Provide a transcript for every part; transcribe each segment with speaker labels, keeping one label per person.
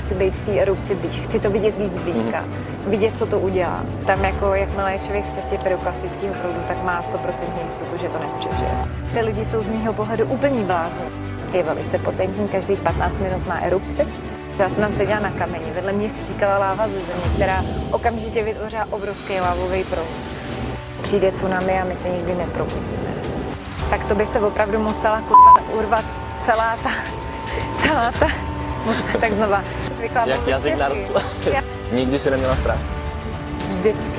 Speaker 1: chci být v té erupci blíž, chci to vidět víc zblízka, vidět, co to udělá. Tam jako, jakmile je člověk v cestě pyroklastického proudu, tak má 100% jistotu, že to nepřežije. Ty lidi jsou z mého pohledu úplný blázni. Je velice potentní, každých 15 minut má erupci. Já jsem tam seděla na kameni, vedle mě stříkala láva ze země, která okamžitě vytvořila obrovský lávový proud. Přijde tsunami a my se nikdy neprobudíme. Tak to by se opravdu musela urvat celá ta, tak znova.
Speaker 2: Jak jazyk narostl. Nikdy si neměla strach?
Speaker 1: Vždycky.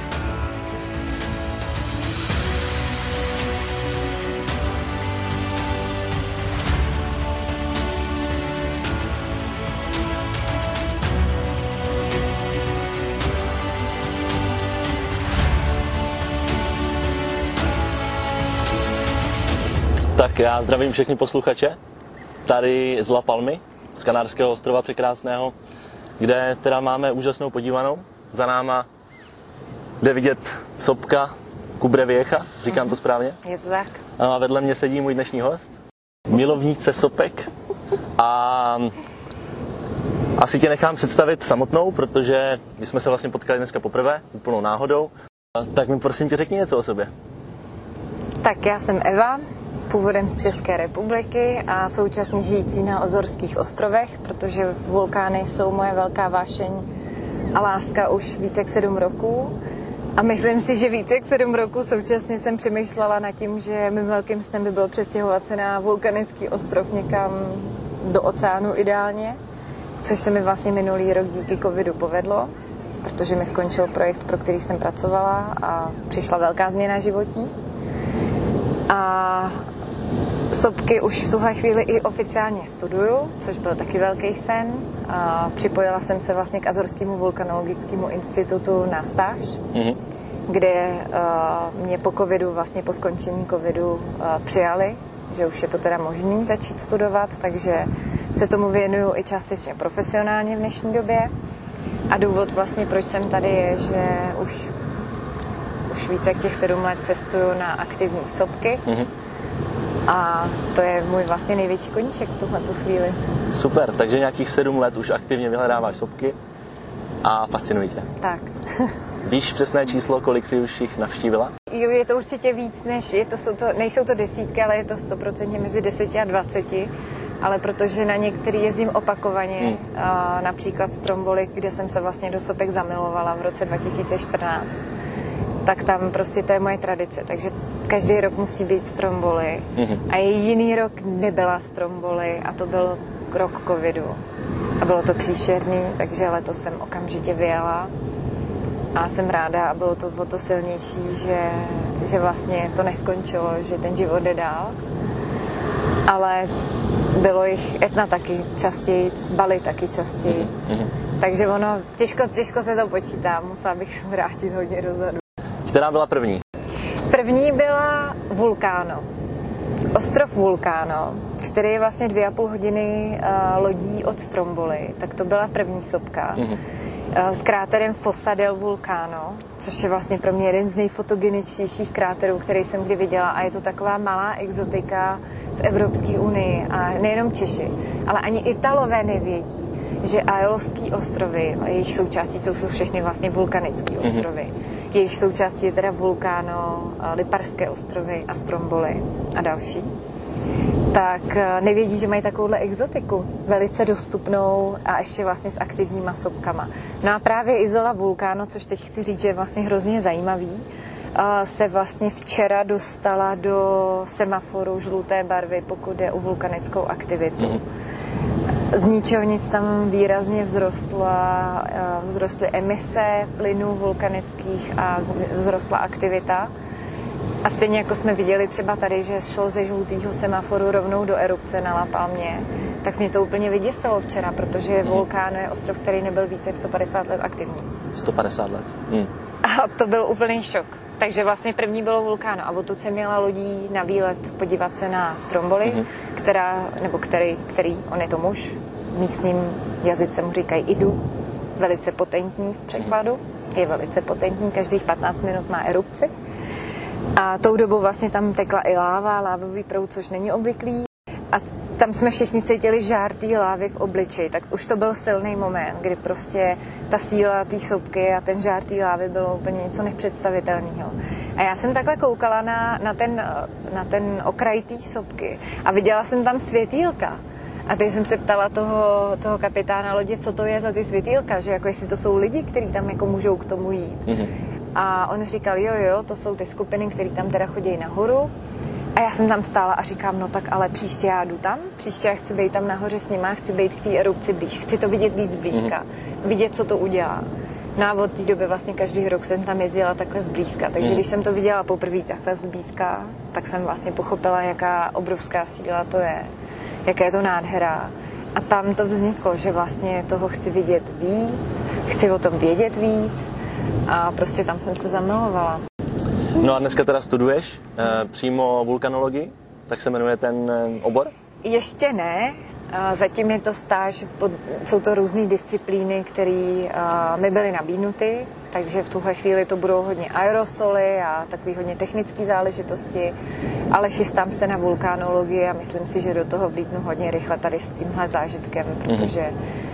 Speaker 2: Tak já zdravím všechny posluchače, tady z La Palmy, z Kanárského ostrova překrásného, kde teda máme úžasnou podívanou. Za náma jde vidět sopka Cubre Vieja, říkám to správně?
Speaker 1: Je to tak.
Speaker 2: A vedle mě sedí můj dnešní host, milovníce sopek. A asi tě nechám představit samotnou, protože my jsme se vlastně potkali dneska poprvé, úplnou náhodou. Tak mi prosím tě řekni něco o sobě.
Speaker 1: Tak já jsem Eva, původem z České republiky a současně žijící na Azorských ostrovech, protože vulkány jsou moje velká vášeň a láska už více jak 7 roků. A myslím si, že více jak 7 roků současně jsem přemýšlela nad tím, že mým velkým snem by bylo přestěhovat se na vulkanický ostrov někam do oceánu ideálně, což se mi vlastně minulý rok díky covidu povedlo, protože mi skončil projekt, pro který jsem pracovala a přišla velká změna životní. A sopky už v tuhle chvíli i oficiálně studuju, což byl taky velký sen. A připojila jsem se vlastně k Azorskému vulkanologickému institutu na stáž, kde mě po covidu, vlastně po skončení covidu přijali, že už je to teda možný začít studovat, takže se tomu věnuju i částečně profesionálně v dnešní době. A důvod vlastně, proč jsem tady, je, že už více jak těch 7 let cestuju na aktivní sopky. A to je můj vlastně největší koníček v tuhletu chvíli.
Speaker 2: Super, takže nějakých 7 let už aktivně vyhledáváš sopky a fascinují tě.
Speaker 1: Tak.
Speaker 2: Víš přesné číslo, kolik jsi už jich navštívila?
Speaker 1: Jo, je to určitě víc, než nejsou to desítky, ale je to 100% mezi 10 a 20. Ale protože na některý jezdím opakovaně, například Stromboli, kde jsem se vlastně do sopek zamilovala v roce 2014, tak tam prostě to je moje tradice, takže každý rok musí být Stromboli. A jediný rok nebyla Stromboli a to byl rok covidu. A bylo to příšerný, takže letos jsem okamžitě vyjela a jsem ráda a bylo to o to silnější, že vlastně to neskončilo, že ten život jde dál. Ale bylo jich Etna taky častěji, Bali taky častěji. Takže ono, těžko se to počítá, musela bych se vrátit hodně dozadu.
Speaker 2: Která byla první?
Speaker 1: První byla Vulcano. Ostrov Vulcano, který je vlastně 2,5 hodiny lodí od Stromboli, tak to byla první sopka. S kráterem Fossa del Vulcano, což je vlastně pro mě jeden z nejfotogeničtějších kráterů, který jsem kdy viděla. A je to taková malá exotika v Evropské unii. A nejenom Češi, ale ani Italové nevědí, že Ajalský ostrovy, jejich součástí jsou všechny vlastně vulkanické ostrovy. Jejich součástí je teda Vulcano, Liparské ostrovy a Stromboli a další. Tak nevědí, že mají takovouhle exotiku, velice dostupnou a ještě vlastně s aktivníma sopkama. No a právě Isola Vulcano, což teď chci říct, že je vlastně hrozně zajímavý, se vlastně včera dostala do semaforu žluté barvy, pokud jde o vulkanickou aktivitu. Z ničeho nic tam výrazně vzrostly emise plynů vulkanických a vzrostla aktivita. A stejně jako jsme viděli třeba tady, že šlo ze žlutého semaforu rovnou do erupce na La Palmě, tak mě to úplně vyděsilo včera, protože Vulcano je ostrov, který nebyl více jak 150 let aktivní. 150 let. A to byl úplný šok. Takže vlastně první bylo Vulcano a odtud jsem měla lodí na výlet podívat se na Stromboli, který, on je to muž, v místním jazyce mu říkají Idu, velice potentní v překladu, je velice potentní, každých 15 minut má erupci. A tou dobou vlastně tam tekla i láva, lávový proud, což není obvyklý. A tam jsme všichni cítili žár té lávy v obličeji, tak už to byl silný moment, kdy prostě ta síla té sopky a ten žár té lávy bylo úplně něco nepředstavitelného. A já jsem takhle koukala na ten okraj té sopky a viděla jsem tam světýlka. A teď jsem se ptala toho kapitána lodě, co to je za ty světýlka, že jako jestli to jsou lidi, kteří tam jako můžou k tomu jít. Mm-hmm. A on říkal, jo, to jsou ty skupiny, které tam teda chodí nahoru. A já jsem tam stála a říkám, no tak ale příště já jdu tam, příště já chci být tam nahoře s nima, chci být k té erupci blíž, chci to vidět víc blízka, vidět, co to udělá. No a od té doby vlastně každý rok jsem tam jezdila takhle zblízka, takže když jsem to viděla poprvé takhle zblízka, tak jsem vlastně pochopila, jaká obrovská síla to je, jaká je to nádhera. A tam to vzniklo, že vlastně toho chci vidět víc, chci o tom vědět víc a prostě tam jsem se zamilovala.
Speaker 2: No a dneska teda studuješ přímo vulkanologii, tak se jmenuje ten obor?
Speaker 1: Ještě ne, zatím je to stáž, jsou to různé disciplíny, které mi byly nabídnuty, takže v tuhle chvíli to budou hodně aerosoly a takové hodně technické záležitosti, ale chystám se na vulkanologii a myslím si, že do toho vlítnu hodně rychle tady s tímhle zážitkem, protože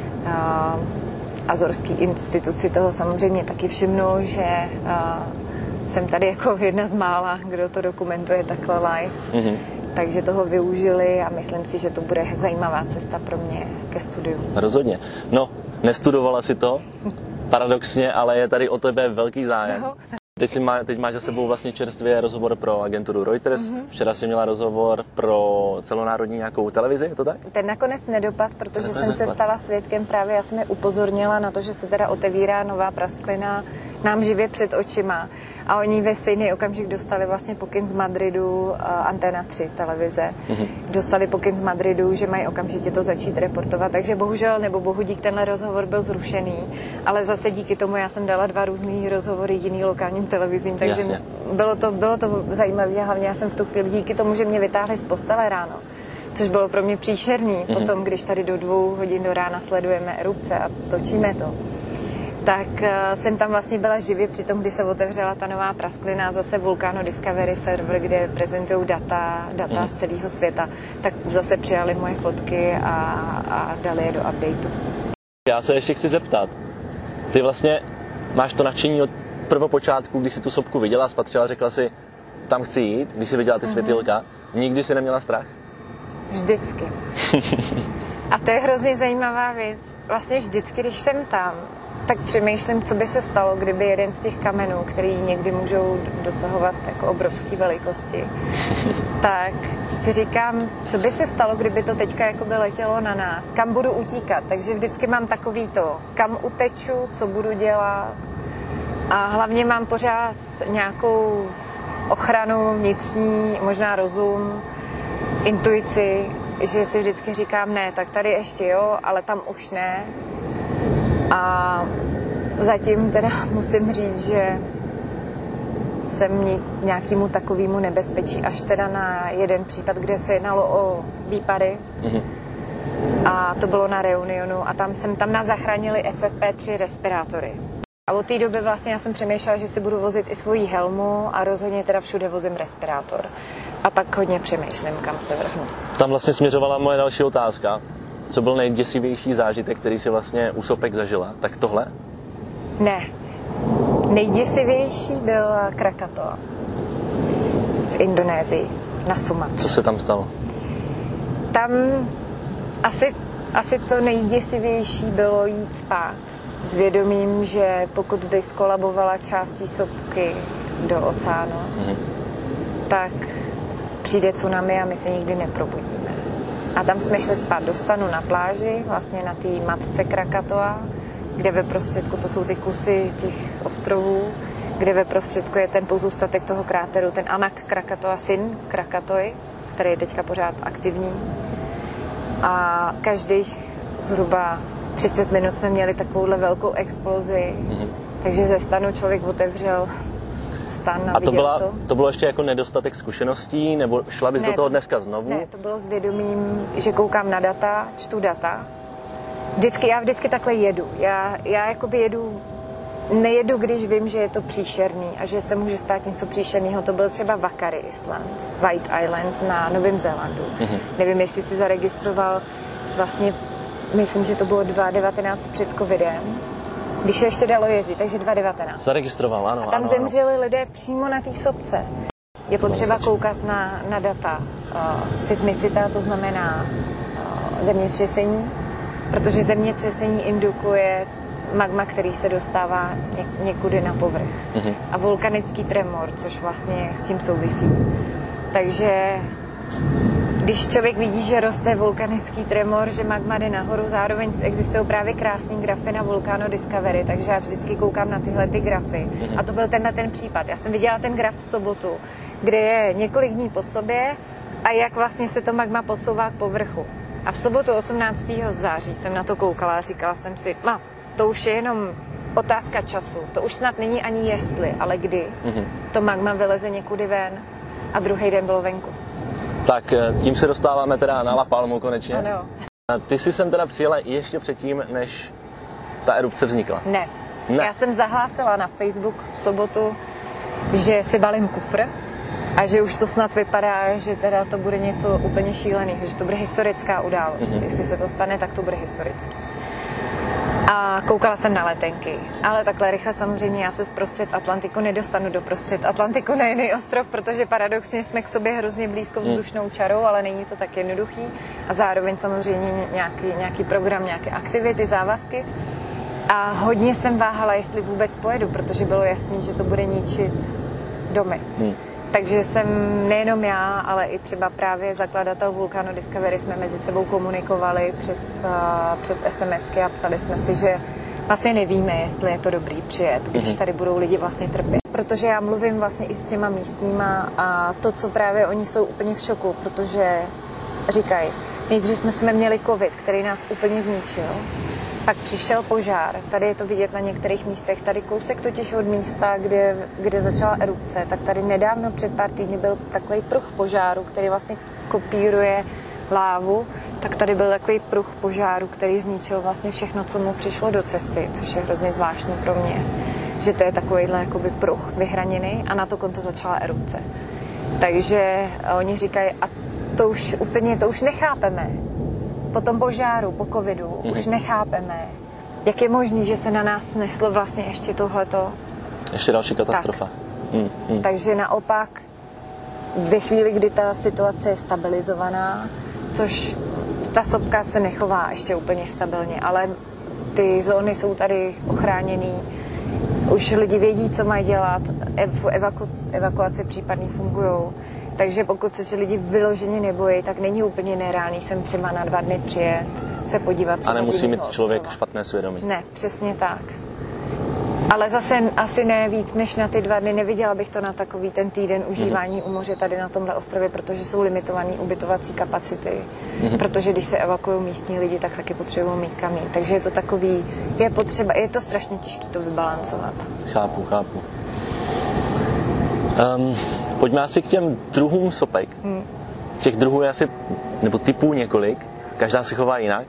Speaker 1: Azorský institut si toho samozřejmě taky všimnul, že jsem tady jako jedna z mála, kdo to dokumentuje takhle live. Mm-hmm. Takže toho využili a myslím si, že to bude zajímavá cesta pro mě ke studiu. Rozhodně.
Speaker 2: No, nestudovala si to, paradoxně, ale je tady o tebe velký zájem. No. Teď máš za sebou vlastně čerstvě rozhovor pro agenturu Reuters. Mm-hmm. Včera jsi měla rozhovor pro celonárodní nějakou televizi, je to tak?
Speaker 1: Ten nakonec nedopad, protože jsem se stala svědkem právě, já jsem je upozornila na to, že se teda otevírá nová prasklina nám živě před očima. A oni ve stejný okamžik dostali vlastně pokyn z Madridu, Antena 3 televize. Mm-hmm. Dostali pokyn z Madridu, že mají okamžitě to začít reportovat. Takže bohužel, nebo bohudík, tenhle rozhovor byl zrušený. Ale zase díky tomu já jsem dala 2 různý rozhovory jiný lokálním televizím. Takže bylo to zajímavé a hlavně já jsem v tu chvíli díky tomu, že mě vytáhli z postele ráno. Což bylo pro mě příšerný. Mm-hmm. Potom, když tady do 2 hodin do rána sledujeme erupce a točíme to, tak jsem tam vlastně byla živě při tom, kdy se otevřela ta nová prasklina, zase Vulcano Discovery server, kde prezentují data z celého světa, tak zase přijali moje fotky a dali je do updateu.
Speaker 2: Já se ještě chci zeptat, ty vlastně máš to nadšení od prvopočátku, když jsi tu sopku viděla, spatřila, řekla si, tam chci jít, když jsi viděla ty světýlka, nikdy jsi neměla strach?
Speaker 1: Vždycky. A to je hrozně zajímavá věc. Vlastně vždycky, když jsem tam, tak přemýšlím, co by se stalo, kdyby jeden z těch kamenů, který někdy můžou dosahovat jako obrovské velikosti, tak si říkám, co by se stalo, kdyby to teďka jako by letělo na nás, kam budu utíkat. Takže vždycky mám takový to, kam uteču, co budu dělat. A hlavně mám pořád nějakou ochranu vnitřní, možná rozum, intuici, že si vždycky říkám, ne, tak tady ještě jo, ale tam už ne. A zatím teda musím říct, že jsem nějakému takovému nebezpečí až teda na jeden případ, kde se jednalo o výpady. Mm-hmm. A to bylo na Reunionu a tam nás zachránili FFP3 respirátory. A od té doby vlastně já jsem přemýšlela, že si budu vozit i svoji helmu a rozhodně teda všude vozím respirátor. A tak hodně přemýšlím, kam se vrhnu.
Speaker 2: Tam vlastně směřovala moje další otázka. Co byl nejděsivější zážitek, který si vlastně u sopek zažila? Tak tohle?
Speaker 1: Ne. Nejděsivější byl Krakatoa v Indonésii, na Sumatře.
Speaker 2: Co se tam stalo?
Speaker 1: Tam asi to nejděsivější bylo jít spát s vědomím, že pokud by skolabovala část té sopky do oceánu, tak přijde tsunami a my se nikdy neprobudíme. A tam jsme šli spát do stanu na pláži, vlastně na té matce Krakatoa, kde ve prostředku, to jsou ty kusy těch ostrovů, kde ve prostředku je ten pozůstatek toho kráteru, ten Anak Krakatoa, syn Krakatoy, který je teďka pořád aktivní. A každých zhruba 30 minut jsme měli takovouhle velkou explozi, takže ze stanu člověk otevřel stan a
Speaker 2: to bylo ještě jako nedostatek zkušeností, nebo šla bys do toho dneska znovu?
Speaker 1: Ne, to bylo s vědomím, že koukám na data, čtu data. Já vždycky takhle jedu. Já jakoby jedu nejedu, když vím, že je to příšerný a že se může stát něco příšerného. To byl třeba Wakari Island, White Island na Novém Zélandu. Nevím, jestli si zaregistroval, vlastně myslím, že to bylo 2019 před covidem, když se ještě dalo jezdit, takže 2019.
Speaker 2: Zaregistroval, ano.
Speaker 1: A tam zemřeli lidé přímo na té sopce. Je potřeba koukat na data seismicita, to znamená zemětřesení, protože zemětřesení indukuje magma, který se dostává někudy na povrch. A vulkanický tremor, což vlastně s tím souvisí. Takže když člověk vidí, že roste vulkanický tremor, že magma jde nahoru, zároveň existují právě krásný grafy na Volcano Discovery, takže já vždycky koukám na tyhle ty grafy. A to byl ten případ. Já jsem viděla ten graf v sobotu, kde je několik dní po sobě a jak vlastně se to magma posouvá k povrchu. A v sobotu 18. září jsem na to koukala a říkala jsem si, to už je jenom otázka času. To už snad není ani jestli, ale kdy to magma vyleze někudy ven a druhý den bylo venku. Tak
Speaker 2: tím se dostáváme teda na La Palmu konečně.
Speaker 1: Ano.
Speaker 2: Ty jsi sem teda přijela ještě předtím, než ta erupce vznikla?
Speaker 1: Ne. Já jsem zahlásila na Facebook v sobotu, že si balím kufr a že už to snad vypadá, že teda to bude něco úplně šíleného, že to bude historická událost. Jestli se to stane, tak to bude historický. A koukala jsem na letenky, ale takhle rychle samozřejmě já se zprostřed Atlantiku nedostanu do prostřed Atlantiku na jiný ostrov, protože paradoxně jsme k sobě hrozně blízko vzdušnou čarou, ale není to tak jednoduchý. A zároveň samozřejmě nějaký program, nějaké aktivity, závazky. A hodně jsem váhala, jestli vůbec pojedu, protože bylo jasný, že to bude ničit domy. Takže jsem nejenom já, ale i třeba právě zakladatel Volcano Discovery jsme mezi sebou komunikovali přes SMSky a psali jsme si, že vlastně nevíme, jestli je to dobrý přijet, když tady budou lidi vlastně trpět. Protože já mluvím vlastně i s těma místníma a to, co právě oni jsou úplně v šoku, protože říkají, nejdřív jsme měli covid, který nás úplně zničil. Pak přišel požár, tady je to vidět na některých místech, tady kousek totiž od místa, kde začala erupce, tak tady nedávno před pár týdny byl takový pruh požáru, který vlastně kopíruje lávu, tak tady byl takový pruh požáru, který zničil vlastně všechno, co mu přišlo do cesty, což je hrozně zvláštní pro mě, že to je takovýhle jakoby pruh vyhraněný a na to konto začala erupce. Takže oni říkají, a to už nechápeme. Po tom požáru, po covidu, už nechápeme, jak je možný, že se na nás sneslo vlastně ještě tohleto.
Speaker 2: Ještě další katastrofa.
Speaker 1: Takže naopak, ve chvíli, kdy ta situace je stabilizovaná, což ta sopka se nechová ještě úplně stabilně, ale ty zóny jsou tady ochráněný, už lidi vědí, co mají dělat, evakuace případně fungujou. Takže pokud se lidi vyloženě nebojí, tak není úplně nereálný sem třeba na 2 dny přijet, se podívat.
Speaker 2: A nemusí mít člověk špatné svědomí.
Speaker 1: Ne, přesně tak. Ale zase asi ne víc než na ty 2 dny. Neviděla bych to na takový ten týden užívání u moře tady na tomhle ostrově, protože jsou limitované ubytovací kapacity. Protože když se evakuují místní lidi, tak taky potřebují mít kam jít. Takže je to takový, je to strašně těžké to vybalancovat.
Speaker 2: Chápu. Pojďme asi k těm druhům sopek. Těch druhů je asi, nebo typů několik, každá se chová jinak.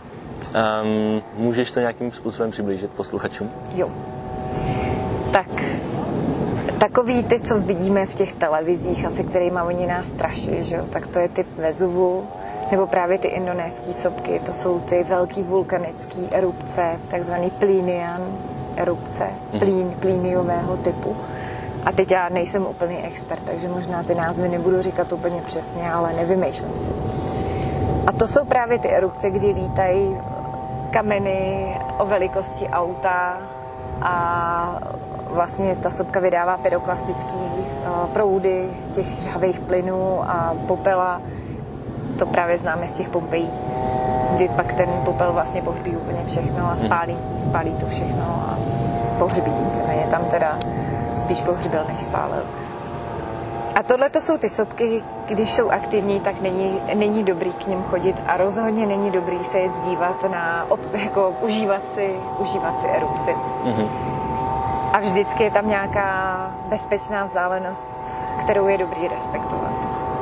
Speaker 2: Můžeš to nějakým způsobem přiblížit posluchačům?
Speaker 1: Jo. Tak, takový ty, co vidíme v těch televizích, asi kterýma oni nás straší, že jo? Tak to je typ Vezuvu, nebo právě ty indonéské sopky, to jsou ty velký vulkanické erupce, takzvaný Plinian erupce, plíniového typu. A teď já nejsem úplný expert, takže možná ty názvy nebudu říkat úplně přesně, ale nevymýšlím si. A to jsou právě ty erupce, kdy lítají kameny o velikosti auta a vlastně ta sopka vydává pyroklastický proudy těch žhavých plynů a popela. To právě známe z těch Pompejí, kdy pak ten popel vlastně pohřbí úplně všechno a spálí to všechno a pohřbí. Nicméně tam teda spíš pohřbil, než spálil. A tohle to jsou ty sopky, když jsou aktivní, tak není dobrý k nim chodit a rozhodně není dobrý se jet dívat na, jako užívat si erupci. A vždycky je tam nějaká bezpečná vzdálenost, kterou je dobrý respektovat.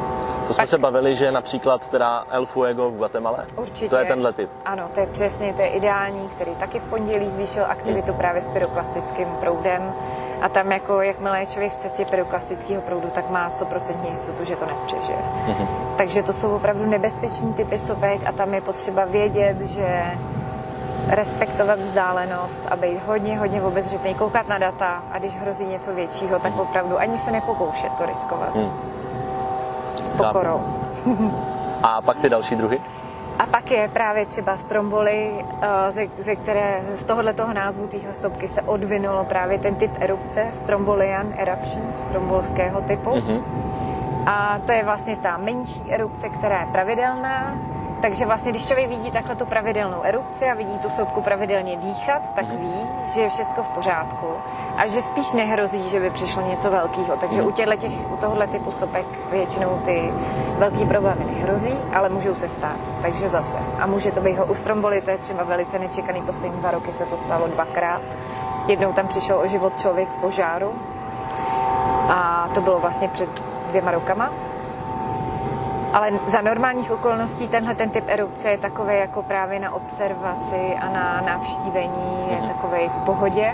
Speaker 2: To jsme se bavili, že například teda El Fuego v Guatemala.
Speaker 1: Určitě.
Speaker 2: To je tenhle typ.
Speaker 1: Ano, to je přesně, to je ideální, který taky v pondělí zvýšil aktivitu právě s pyroklastickým proudem. A tam jako, jakmile je člověk v cestě pyroklastického proudu, tak má 100% jistotu, že to nepřežije. Takže to jsou opravdu nebezpečný typy sopek a tam je potřeba vědět, že respektovat vzdálenost a být hodně obezřetný, koukat na data a když hrozí něco většího, tak opravdu ani se nepokoušet to riskovat. S pokorou.
Speaker 2: A pak ty další druhy?
Speaker 1: A pak je právě třeba stromboli, z tohoto názvu téhle sopky se odvinulo právě ten typ erupce, Strombolian eruption, strombolského typu. A to je vlastně ta menší erupce, která je pravidelná. Takže vlastně, když člověk vidí takhle tu pravidelnou erupci a vidí tu sopku pravidelně dýchat, tak ví, že je všechno v pořádku a že spíš nehrozí, že by přišlo něco velkého. Takže u tohohle typu sopek většinou ty velký problémy nehrozí, ale můžou se stát. Takže zase. A může to být u stromboli, to je třeba velice nečekaný, poslední 2 roky se to stalo 2krát. Jednou tam přišel o život člověk v požáru a to bylo vlastně před 2 rokama. Ale za normálních okolností ten typ erupce je takový jako právě na observaci a na navštívení, je takový v pohodě.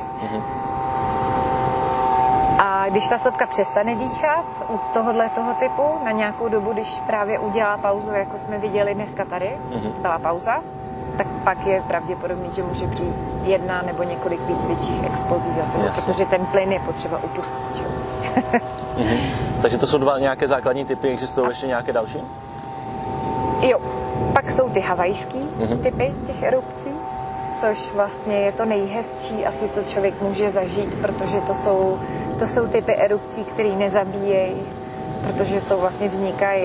Speaker 1: A když ta sopka přestane dýchat u toho typu na nějakou dobu, když právě udělá pauzu, jako jsme viděli dneska tady, byla pauza, tak pak je pravděpodobný, že může přijít 1 nebo několik víc větších explozí zase, protože ten plyn je potřeba upustit.
Speaker 2: Takže to jsou 2 nějaké základní typy, existují ještě nějaké další?
Speaker 1: Jo, pak jsou ty havajský typy těch erupcí, což vlastně je to nejhezčí asi, co člověk může zažít, protože to jsou typy erupcí, které nezabíjejí, protože vznikají.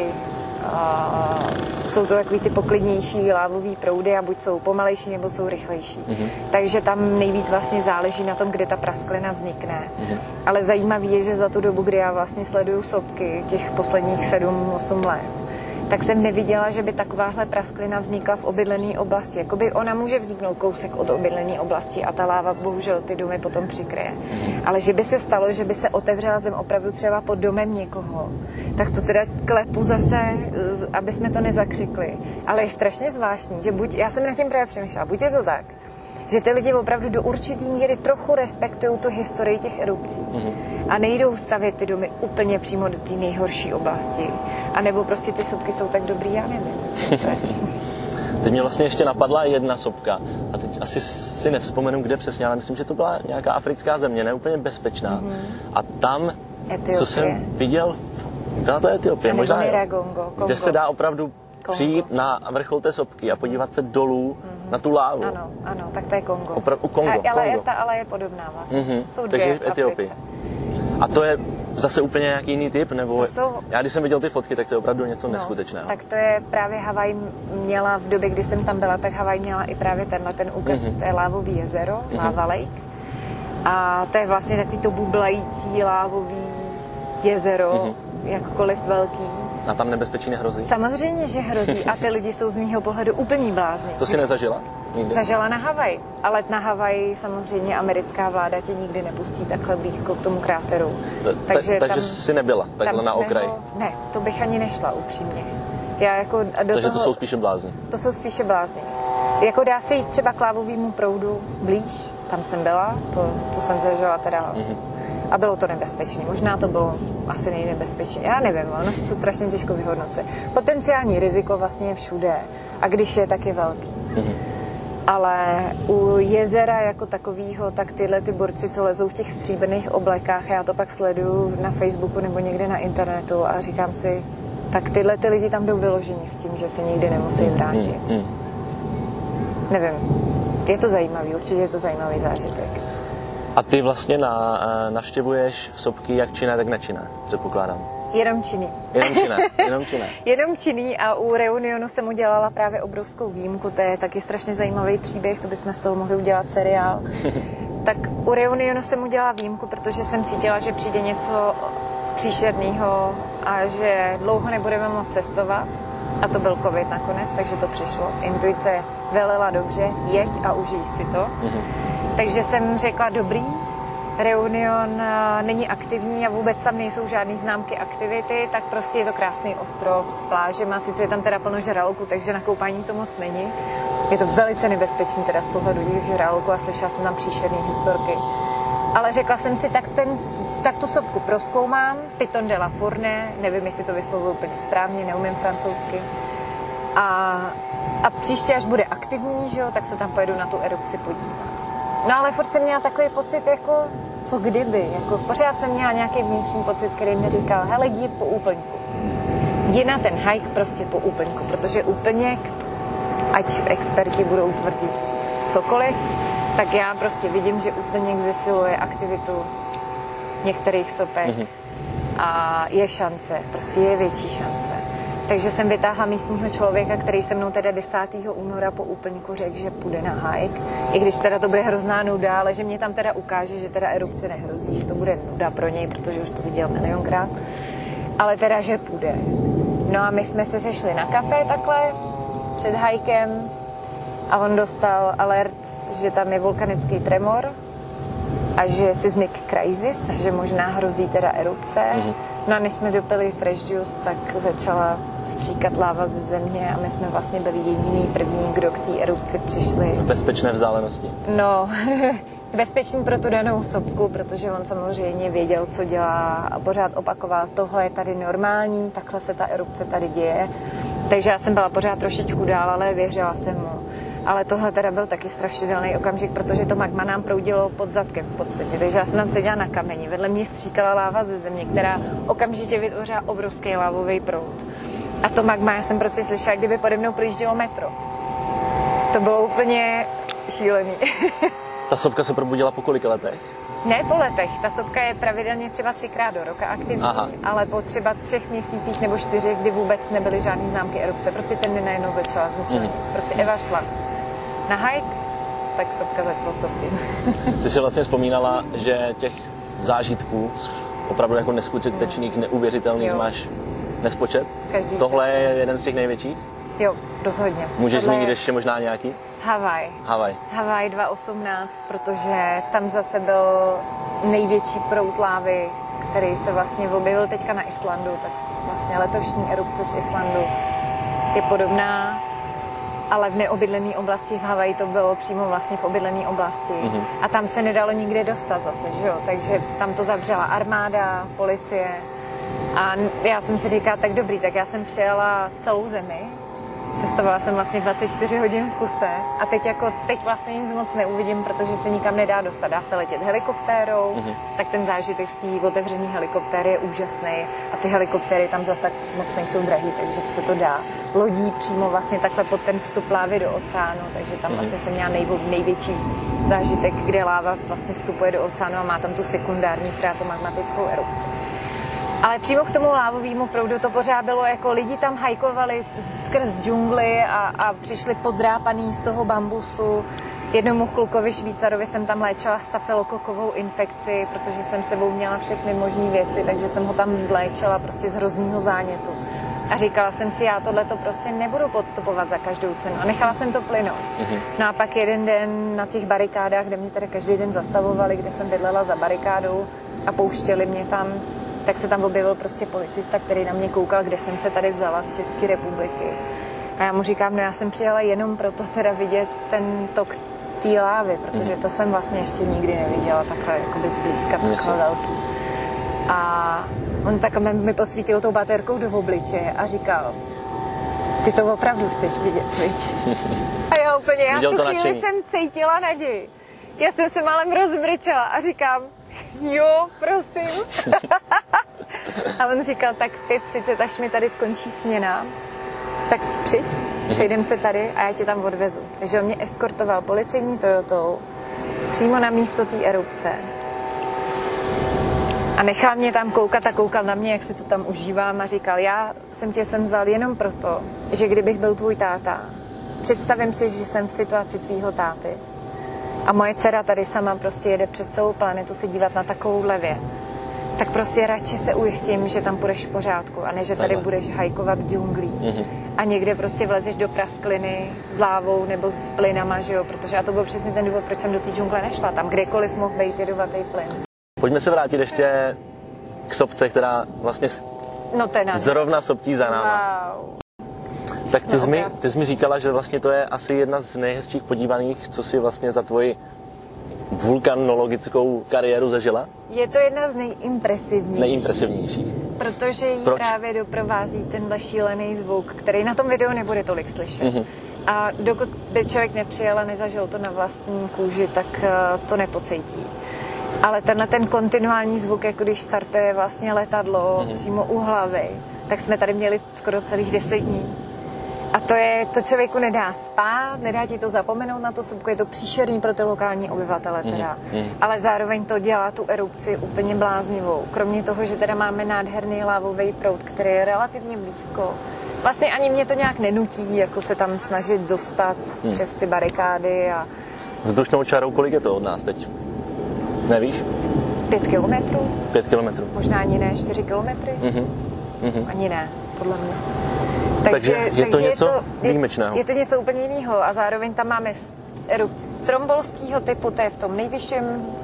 Speaker 1: Jsou to takový ty poklidnější lávový proudy a buď jsou pomalejší, nebo jsou rychlejší. Takže tam nejvíc vlastně záleží na tom, kde ta prasklina vznikne. Ale zajímavé je, že za tu dobu, kdy já vlastně sleduju sopky těch posledních 7-8 let, tak jsem neviděla, že by takováhle prasklina vznikla v obydlené oblasti. Jakoby ona může vzniknout kousek od obydlené oblasti a ta láva bohužel ty domy potom přikryje. Ale že by se stalo, že by se otevřela zem opravdu třeba pod domem někoho, tak to teda klepu zase, aby jsme to nezakřikli. Ale je strašně zvláštní, že já jsem na tím právě přemýšlela, buď je to tak, že ty lidi opravdu do určitý míry trochu respektují tu historii těch erupcí a nejdou stavět ty domy úplně přímo do té nejhorší oblasti. A nebo prostě ty sopky jsou tak dobrý, já nevím.
Speaker 2: Teď mě vlastně ještě napadla jedna sopka a teď asi si nevzpomenu, kde přesně, ale myslím, že to byla nějaká africká země, ne úplně bezpečná. A tam,
Speaker 1: Etiopie.
Speaker 2: Co jsem viděl, byla to Etiopie, možná
Speaker 1: Kongo.
Speaker 2: Kde se dá opravdu přijít na vrchol té sopky a podívat se dolů na tu lávu.
Speaker 1: Ano, tak to je Kongo.
Speaker 2: Kongo.
Speaker 1: Ale je podobná vlastně. Jsou
Speaker 2: Takže
Speaker 1: dvě
Speaker 2: v Etiopii. A to je zase úplně nějaký jiný typ? Nebo já když jsem viděl ty fotky, tak to je opravdu něco neskutečného.
Speaker 1: Tak to je právě Havaj měla, v době, kdy jsem tam byla, tak Havaj měla i právě ten úkaz, to je lávový jezero, Lava Lake. A to je vlastně takový to bublající lávový jezero, jakkoliv velký.
Speaker 2: A tam nebezpečí nehrozí?
Speaker 1: Samozřejmě, že hrozí a ty lidi jsou z mýho pohledu úplný blázni.
Speaker 2: To si nezažila? Nikdy?
Speaker 1: Zažila na Havaji, ale na Havaji samozřejmě americká vláda tě nikdy nepustí takhle blízko k tomu kráteru.
Speaker 2: Takže jsi nebyla takhle na okraji?
Speaker 1: Ne, to bych ani nešla upřímně. Takže
Speaker 2: to jsou spíše blázni?
Speaker 1: To jsou spíše blázni. Jako dá se jít třeba k lávovému proudu blíž, tam jsem byla, to jsem zažila teda. A bylo to nebezpečné. Možná to bylo asi nejnebezpečnější. Já nevím, ono se to strašně těžko vyhodnocuje. Potenciální riziko vlastně je všude. A když je, tak je velký. Ale u jezera jako takového, tak tyhle ty borci, co lezou v těch stříbrných oblekách, já to pak sleduju na Facebooku nebo někde na internetu a říkám si, tak tyhle ty lidi tam jdou vyloženi s tím, že se nikdy nemusí vrátit. Nevím. Je to zajímavý, určitě je to zajímavý zážitek.
Speaker 2: A ty vlastně navštěvuješ sopky jak činné, tak nečinné, předpokládám.
Speaker 1: Jenom činný. Jenom činný a u Reunionu jsem udělala právě obrovskou výjimku, to je taky strašně zajímavý příběh, to bychom z toho mohli udělat seriál. Tak u Reunionu jsem udělala výjimku, protože jsem cítila, že přijde něco příšerného a že dlouho nebudeme moct cestovat. A to byl covid nakonec, takže to přišlo. Intuice velela dobře, jeď a užij si to. Takže jsem řekla dobrý, Reunion není aktivní a vůbec tam nejsou žádné známky aktivity, tak prostě je to krásný ostrov s plážema, sice je tam teda plno žraloků, takže na koupání to moc není. Je to velice nebezpečný teda z pohledu těch žraloků a slyšela jsem tam příšerné historky. Ale řekla jsem si, tak tu sopku prozkoumám, Piton de la Fourne, nevím, jestli to vyslovuju úplně správně, neumím francouzsky. A příště, až bude aktivní, že jo, tak se tam pojedu na tu erupci podívat. No ale furt jsem měla takový pocit, jako co kdyby, jako pořád jsem měla nějaký vnitřní pocit, který mi říkal, hele, jdi po úplňku. Jdi na ten hike prostě po úplňku, protože úplněk, ať experti budou tvrdit cokoliv, tak já prostě vidím, že úplněk zesiluje aktivitu některých sopek a je šance, prostě je větší šance. Takže jsem vytáhla místního člověka, který se mnou teda 10. února po úplňku řekl, že půjde na hike. I když teda to bude hrozná nuda, ale že mě tam teda ukáže, že teda erupce nehrozí, že to bude nuda pro něj, protože už to viděl milionkrát. Ale teda, že půjde. No a my jsme se sešli na kafe takhle před hikem a on dostal alert, že tam je vulkanický tremor a že seismic crisis, že možná hrozí teda erupce. No a než jsme dopili fresh juice, tak začala stříkat láva ze země a my jsme vlastně byli jediný první, kdo k té erupci přišli.
Speaker 2: V bezpečné vzdálenosti.
Speaker 1: No, bezpečný pro tu danou sopku, protože on samozřejmě věděl, co dělá a pořád opakoval, tohle je tady normální, takhle se ta erupce tady děje. Takže já jsem byla pořád trošičku dál, ale věřila jsem mu. Ale tohle teda byl taky strašidelný okamžik, protože to magma nám proudilo pod zadkem v podstatě. Takže já jsem tam seděla na kameni, vedle mě stříkala láva ze země, která okamžitě vytvořila obrovský lávový proud. A to magma, já jsem prostě slyšela, kdyby pode mnou projíždělo metro. To bylo úplně šílený.
Speaker 2: Ta sopka se probudila po kolika letech?
Speaker 1: Ne po letech, ta sopka je pravidelně třeba 3krát do roka aktivní, ale po třeba 3 měsících nebo 4, kdy vůbec nebyly žádné známky erupce. Prostě ten den najednou začala zničit. Prostě Eva šla na hike, tak sopka začala soptit.
Speaker 2: Ty si vlastně vzpomínala, že těch zážitků opravdu jako neskutečných, neuvěřitelných máš nespočet. Tohle je jeden z těch největších?
Speaker 1: Jo, rozhodně.
Speaker 2: Můžeš zmínit ještě možná nějaký?
Speaker 1: Havaj 2018, protože tam zase byl největší proud lávy, který se vlastně objevil teďka na Islandu, tak vlastně letošní erupce z Islandu je podobná, ale v neobydlené oblasti v Havaji to bylo přímo vlastně v obydlené oblasti. A tam se nedalo nikde dostat zase, že jo? Takže tam to zavřela armáda, policie a já jsem si říkala, tak dobrý, tak já jsem přijela celou zemi. Cestovala jsem vlastně 24 hodin v kuse a teď vlastně nic moc neuvidím, protože se nikam nedá dostat. Dá se letět helikoptérou, tak ten zážitek z té otevřené helikoptéry je úžasný a ty helikoptéry tam zase tak moc nejsou drahý, takže se to dá. Lodí přímo vlastně takhle pod ten vstup lávy do oceánu, takže tam vlastně jsem měla největší zážitek, kde láva vlastně vstupuje do oceánu a má tam tu sekundární frátomagmatickou erupci. Ale přímo k tomu lávovému proudu to pořád bylo, jako lidi tam hajkovali skrz džungli a přišli podrápaný z toho bambusu. Jednomu klukovi Švýcarovi jsem tam léčila stafylokokovou infekci, protože jsem sebou měla všechny možné věci, takže jsem ho tam léčila prostě z hrozného zánětu. A říkala jsem si, já tohleto prostě nebudu podstupovat za každou cenu. A nechala jsem to plynout. No a pak jeden den na těch barikádách, kde mě tady každý den zastavovali, kde jsem bydlela za barikádou a pouštěli mě tam, tak se tam objevil prostě policista, který na mě koukal, kde jsem se tady vzala z České republiky. A já mu říkám, no já jsem přijela jenom proto teda vidět ten tok té lávy, protože to jsem vlastně ještě nikdy neviděla takhle jakoby zblízka, takhle velký. A on takhle mi posvítil tou baterkou do obličeje a říkal, ty to opravdu chceš vidět, viď? A já úplně, já v tu chvíli jsem cítila naději. Já jsem se málem rozbrečela a říkám, jo, prosím. A on říkal, tak v 5:30, až mi tady skončí směna, tak přijď, sejdem se tady a já tě tam odvezu. Takže on mě eskortoval policejní Toyotou přímo na místo té erupce. A nechal mě tam koukat a koukal na mě, jak si to tam užívám a říkal, já jsem tě sem vzal jenom proto, že kdybych byl tvůj táta, představím si, že jsem v situaci tvýho táty a moje dcera tady sama prostě jede přes celou planetu se dívat na takovouhle věc, tak prostě radši se ujistím, že tam půjdeš v pořádku a ne, že tady budeš hajkovat džunglí a někde prostě vlezeš do praskliny s lávou nebo s plynama, že jo, protože a to byl přesně ten důvod, proč jsem do té džungle nešla, tam kdekoliv mohl být jedovatý plyn.
Speaker 2: Pojďme se vrátit ještě k sopce, která vlastně zrovna soptí za náma.
Speaker 1: Wow.
Speaker 2: Tak ty jsi mi říkala, že vlastně to je asi jedna z nejhezčích podívaných, co si vlastně za tvoji vulkanologickou kariéru zažila?
Speaker 1: Je to jedna z
Speaker 2: nejimpresivnějších.
Speaker 1: Protože jí právě doprovází tenhle šílený zvuk, který na tom videu nebude tolik slyšet. Mm-hmm. A dokud by člověk nepřijel a nezažil to na vlastní kůži, tak to nepocítí. Ale ten kontinuální zvuk, jako když startuje vlastně letadlo přímo u hlavy, tak jsme tady měli skoro celých 10 dní. A to člověku nedá spát, nedá ti to zapomenout na to sopku, je to příšerný pro ty lokální obyvatele teda. Ale zároveň to dělá tu erupci úplně bláznivou. Kromě toho, že teda máme nádherný lávový proud, který je relativně blízko. Vlastně ani mě to nějak nenutí, jako se tam snažit dostat přes ty barikády. A...
Speaker 2: Vzdušnou čarou kolik je to od nás teď? Nevíš?
Speaker 1: 5 kilometrů.
Speaker 2: 5 kilometrů.
Speaker 1: Možná ani ne, 4 kilometry. Ani ne, podle mě.
Speaker 2: Takže je to něco výjimečného.
Speaker 1: Je to něco úplně jiného a zároveň tam máme erupci strombolského typu, to je v tom nejvyšším,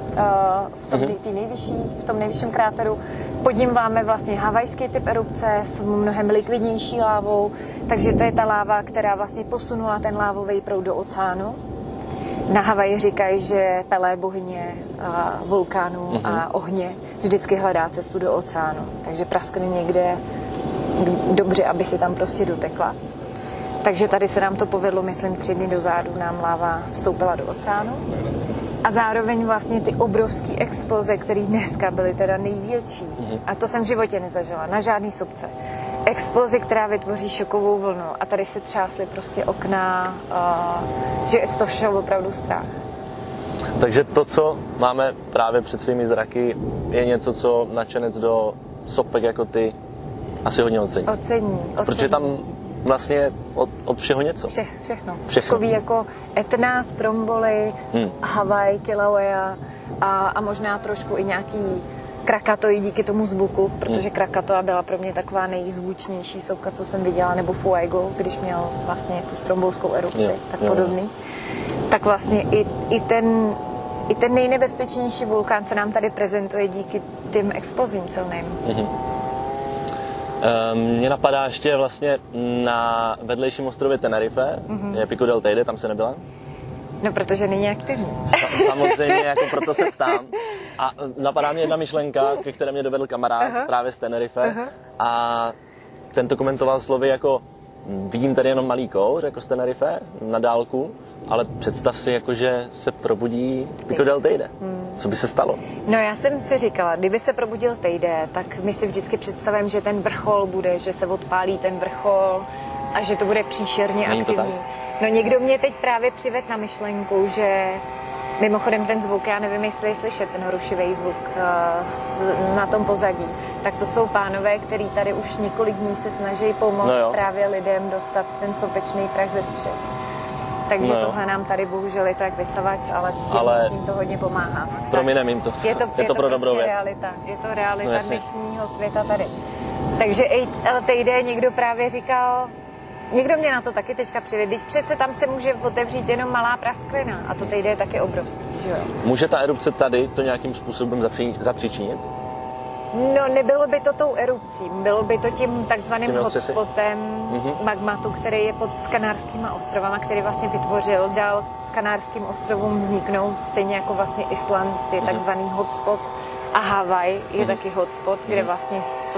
Speaker 1: v tom nejvyšším kráteru. Pod ním máme vlastně havajský typ erupce s mnohem likvidnější lávou, takže to je ta láva, která vlastně posunula ten lávový proud do oceánu. Na Havaji říkají, že Pelé, bohyně vulkánů a ohně, vždycky hledá cestu do oceánu, takže praskne někde dobře, aby si tam prostě dotekla. Takže tady se nám to povedlo, myslím, 3 dny dozadu nám láva vstoupila do oceánu. A zároveň vlastně ty obrovské exploze, které dneska byly teda největší. A to jsem v životě nezažila, na žádný sopce. Explozi, která vytvoří šokovou vlnu. A tady se třásly prostě okna, že z toho šel opravdu strach.
Speaker 2: Takže to, co máme právě před svými zraky, je něco, co nadšenec do sopek jako ty asi hodně ocení. Ocení. Protože tam vlastně od všeho něco.
Speaker 1: Všechno. Takový jako Etna, Stromboli, Havaj, Kilauea a možná trošku i nějaký Krakatoa díky tomu zvuku, protože Krakatoa byla pro mě taková nejzvučnější sopka, co jsem viděla, nebo Fuego, když měl vlastně tu strombolskou erupci, podobný. Tak vlastně i ten nejnebezpečnější vulkán se nám tady prezentuje díky těm explozím silným.
Speaker 2: Mně napadá ještě vlastně na vedlejším ostrově Tenerife, je Pico del Teide, tam se nebyla?
Speaker 1: No, protože není aktivní.
Speaker 2: Samozřejmě, jako proto se ptám. A napadá mě jedna myšlenka, ke které mě dovedl kamarád právě z Tenerife. A ten to komentoval slovy jako vidím tady jenom malý kouř, jako z Tenerife, na dálku, ale představ si, jako, že se probudí Pico del Teide. Co by se stalo?
Speaker 1: No, já jsem si říkala, kdyby se probudil Teide, tak my si vždycky představím, že ten vrchol bude, že se odpálí ten vrchol a že to bude příšerně aktivní. No, někdo mě teď právě přivedl na myšlenku, že mimochodem ten zvuk, já nevím, jestli je slyšet ten rušivý zvuk na tom pozadí, tak to jsou pánové, který tady už několik dní se snaží pomoct právě lidem dostat ten sopečný prach ze střech. Takže tohle nám tady bohužel je to jak vysavač, ale tím to hodně pomáhá.
Speaker 2: Prominem jim to. Je to pro dobrou věc.
Speaker 1: Je to realita dnešního světa tady. Takže Teide někdo právě říkal, někdo mě na to taky teďka přivedl, teď přece tam se může otevřít jenom malá prasklina a to Teide je taky obrovský, že jo?
Speaker 2: Může ta erupce tady to nějakým způsobem zapříčinit?
Speaker 1: No, nebylo by to tou erupcí, bylo by to tím takzvaným hotspotem magmatu, který je pod Kanárskýma ostrovama, který vlastně vytvořil, dal Kanárským ostrovům vzniknout, stejně jako vlastně Island je takzvaný hotspot a Havaj je taky hotspot, kde vlastně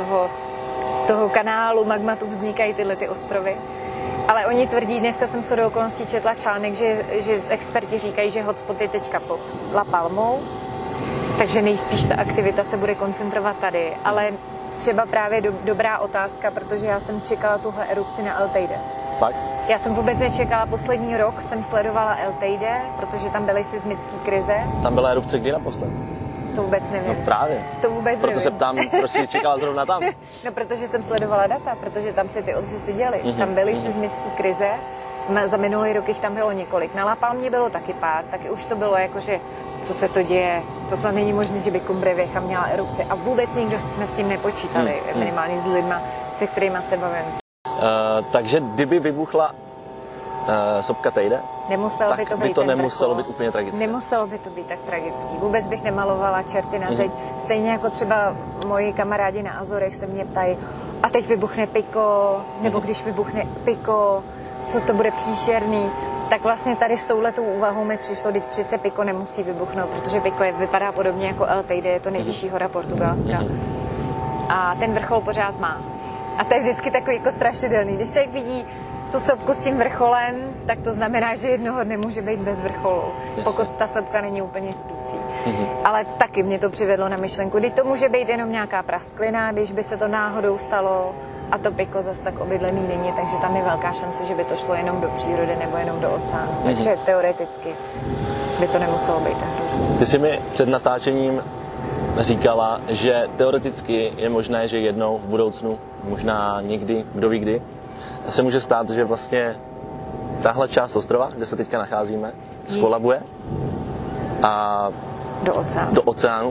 Speaker 1: z toho kanálu magmatu vznikají tyhle ty ostrovy. Ale oni tvrdí, dneska jsem shodou okolností četla článek, že experti říkají, že hotspot je teďka pod La Palmou, takže nejspíš ta aktivita se bude koncentrovat tady. Ale třeba právě dobrá otázka, protože já jsem čekala tuhle erupci na El Teide.
Speaker 2: Fakt?
Speaker 1: Já jsem vůbec nečekala, poslední rok jsem sledovala El Teide, protože tam byly seismické krize.
Speaker 2: Tam byla erupce kdy naposled?
Speaker 1: To vůbec nevím.
Speaker 2: No právě.
Speaker 1: To vůbec
Speaker 2: Proto
Speaker 1: nevím.
Speaker 2: se ptám, proč jsi čekala zrovna tam?
Speaker 1: No, protože jsem sledovala data, protože tam se ty odřesy děly. Tam byly seismické krize, za minulý rok jich tam bylo několik. Na La Palmě bylo taky pár, taky už to bylo jako, že co se to děje, to snad není možné, že by Cumbre Vieja měla erupci a vůbec nikdo jsme s tím nepočítali, minimálně s lidma, se kterýma se bavím.
Speaker 2: Takže kdyby vybuchla sopka tejde,
Speaker 1: Nemuselo by to být ten
Speaker 2: nemuselo
Speaker 1: vrchol.
Speaker 2: být úplně tragické.
Speaker 1: Nemuselo by to být tak tragický. Vůbec bych nemalovala čerty na zeď. Stejně jako třeba moji kamarádi na Azorech se mě ptají, a teď vybuchne piko, nebo když vybuchne piko, co to bude příšerný. Tak vlastně tady s touhletou úvahou mi přišlo, teď přece piko nemusí vybuchnout, protože piko vypadá podobně jako El Teide, je to nejvyšší hora Portugalska. A ten vrchol pořád má. A to je vždycky takový jako strašidelný. Když člověk vidí tu sopku s tím vrcholem, tak to znamená, že jednoho dne může být bez vrcholu, pokud ta sopka není úplně spící. Ale taky mě to přivedlo na myšlenku, kdy to může být jenom nějaká prasklina, když by se to náhodou stalo a to piko zase tak obydlený není, takže tam je velká šance, že by to šlo jenom do přírody nebo jenom do oceánu. Takže teoreticky by to nemuselo být tak hrozný.
Speaker 2: Ty jsi mi před natáčením říkala, že teoreticky je možné, že jednou v budoucnu, možná někdy, kdo ví kdy, se může stát, že vlastně tahle část ostrova, kde se teďka nacházíme, skolabuje a do oceánu.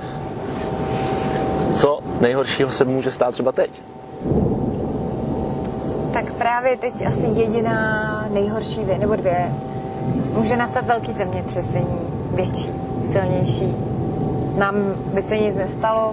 Speaker 2: Co nejhoršího se může stát třeba teď?
Speaker 1: Tak právě teď asi jediná nejhorší věc, nebo dvě, může nastat velký zemětřesení, větší, silnější. Nám by se nic nestalo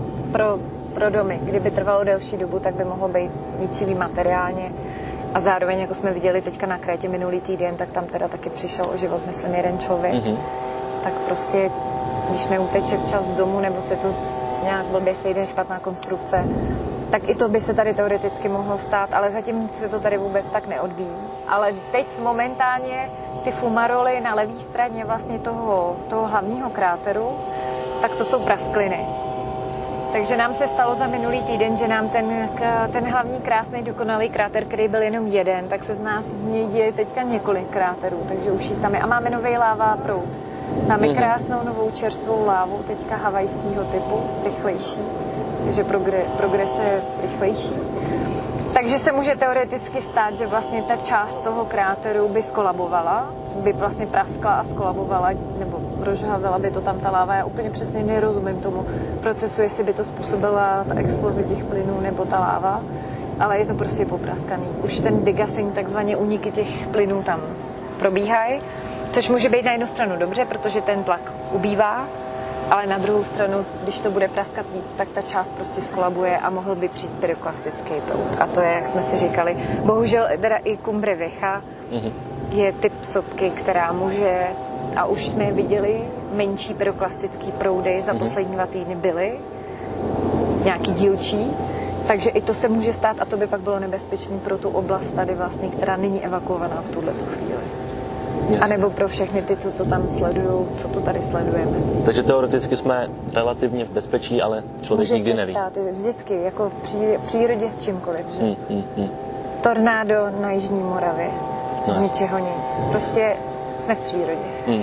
Speaker 1: pro domy. Kdyby trvalo delší dobu, tak by mohlo být ničivý materiálně. A zároveň, jako jsme viděli teďka na Krétě minulý týden, tak tam teda taky přišel o život, myslím, jeden člověk. Tak prostě, když neuteče včas z domu, nebo se to nějak blbě sejde, špatná konstrukce, tak i to by se tady teoreticky mohlo stát, ale zatím se to tady vůbec tak neodvíjí. Ale teď momentálně ty fumaroly na levé straně vlastně toho hlavního kráteru, tak to jsou praskliny. Takže nám se stalo za minulý týden, že nám ten hlavní krásný dokonalý kráter, který byl jenom jeden, tak se z nás z něj děje teďka několik kráterů, takže už jich tam je. A máme nový lává proud. Máme krásnou novou čerstvou lávu, teďka havajského typu, rychlejší, takže progres je rychlejší. Takže se může teoreticky stát, že vlastně ta část toho kráteru by skolabovala, by vlastně praskla a skolabovala, nebo rozžhavila by to tam ta láva. Já úplně přesně nerozumím tomu procesu, jestli by to způsobila ta exploze těch plynů nebo ta láva, ale je to prostě popraskaný. Už ten degassing, takzvaně úniky těch plynů tam probíhají, což může být na jednu stranu dobře, protože ten tlak ubývá, ale na druhou stranu, když to bude praskat víc, tak ta část prostě skolabuje a mohl by přijít pyroklastický proud. A to je, jak jsme si říkali, bohužel teda i Cumbre Vieja je typ sopky, která může, a už jsme viděli, menší pyroklastický proudy za poslední 2 týdny byly, nějaký dílčí, takže i to se může stát a to by pak bylo nebezpečné pro tu oblast tady vlastně, která není evakuovaná v tuhletu chvíli. A nebo pro všechny ty, co to tam sledují, co to tady sledujeme.
Speaker 2: Takže teoreticky jsme relativně v bezpečí, ale člověk
Speaker 1: může
Speaker 2: nikdy neví.
Speaker 1: Stát, vždycky, jako v přírodě s čímkoliv, že? Tornádo na Jižní Moravě, ničeho nic. Prostě jsme v přírodě.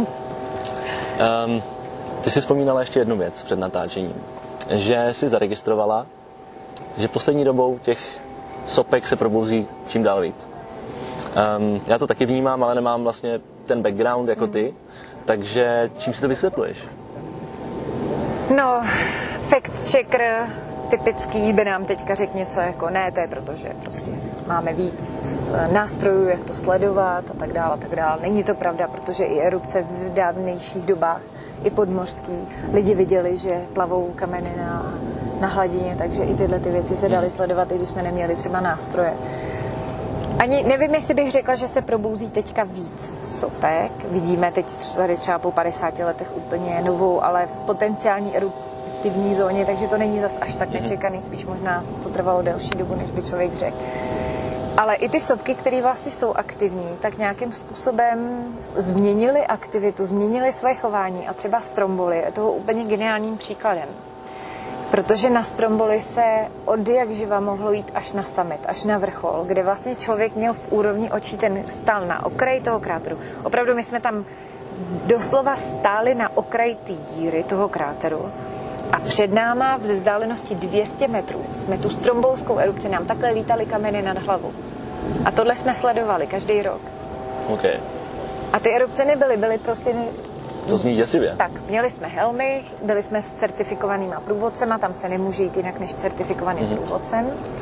Speaker 2: Ty jsi vzpomínala ještě jednu věc před natáčením, že jsi zaregistrovala, že poslední dobou těch sopek se probouzí čím dál víc. Já to taky vnímám, ale nemám vlastně ten background jako ty, takže čím si to vysvětluješ?
Speaker 1: No, fact checker typický by nám teďka řekl něco jako ne, to je proto, že prostě máme víc nástrojů, jak to sledovat a tak dále, a tak dále. Není to pravda, protože i erupce v dávnějších dobách, i podmořský, lidi viděli, že plavou kameny na hladině, takže i tyhle ty věci se daly sledovat, i když jsme neměli třeba nástroje. Ani nevím, jestli bych řekla, že se probouzí teďka víc sopek. Vidíme teď tady třeba po 50 letech úplně novou, ale v potenciální eruptivní zóně, takže to není zas až tak nečekaný, spíš možná to trvalo delší dobu, než by člověk řekl. Ale i ty sopky, které vlastně jsou aktivní, tak nějakým způsobem změnily aktivitu, změnily svoje chování a třeba Stromboli je toho úplně geniálním příkladem. Protože na Stromboli se od jak živa mohlo jít až na summit, až na vrchol, kde vlastně člověk měl v úrovni očí, ten stál na okraji toho kráteru. Opravdu my jsme tam doslova stáli na okraji té díry toho kráteru a před náma v vzdálenosti 200 metrů jsme tu strombolskou erupci, nám takhle lítaly kameny nad hlavu. A tohle jsme sledovali každý rok.
Speaker 2: Okay.
Speaker 1: A ty erupce byly prostě...
Speaker 2: To zní děsivě.
Speaker 1: Tak, měli jsme helmy, byli jsme s certifikovanýma průvodcema, tam se nemůže jít jinak než certifikovaným průvodcem.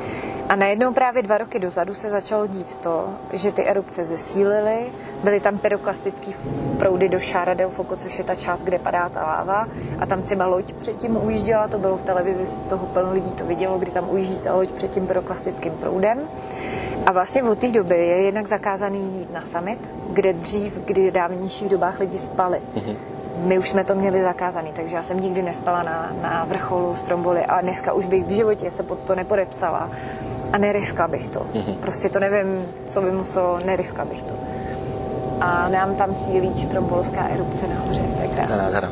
Speaker 1: A najednou právě 2 roky dozadu se začalo dít to, že ty erupce zesílily, byly tam pyroklastické proudy do Shara del Foco, což je ta část, kde padá ta láva, a tam třeba loď předtím ujížděla, to bylo v televizi, z toho plno lidí to vidělo, kdy tam ujíždí ta loď před tím pyroklastickým proudem. A vlastně od té doby je jednak zakázaný jít na summit, kde dřív, kdy v dávnějších dobách lidi spali. My už jsme to měli zakázaný, takže já jsem nikdy nespala na vrcholu Stromboli a dneska už bych v životě se pod to nepodepsala a neriskla bych to. Prostě to nevím, co by muselo, neriskla bych to. A nám tam sílí strombolovská erupce nahoře, to je krásné.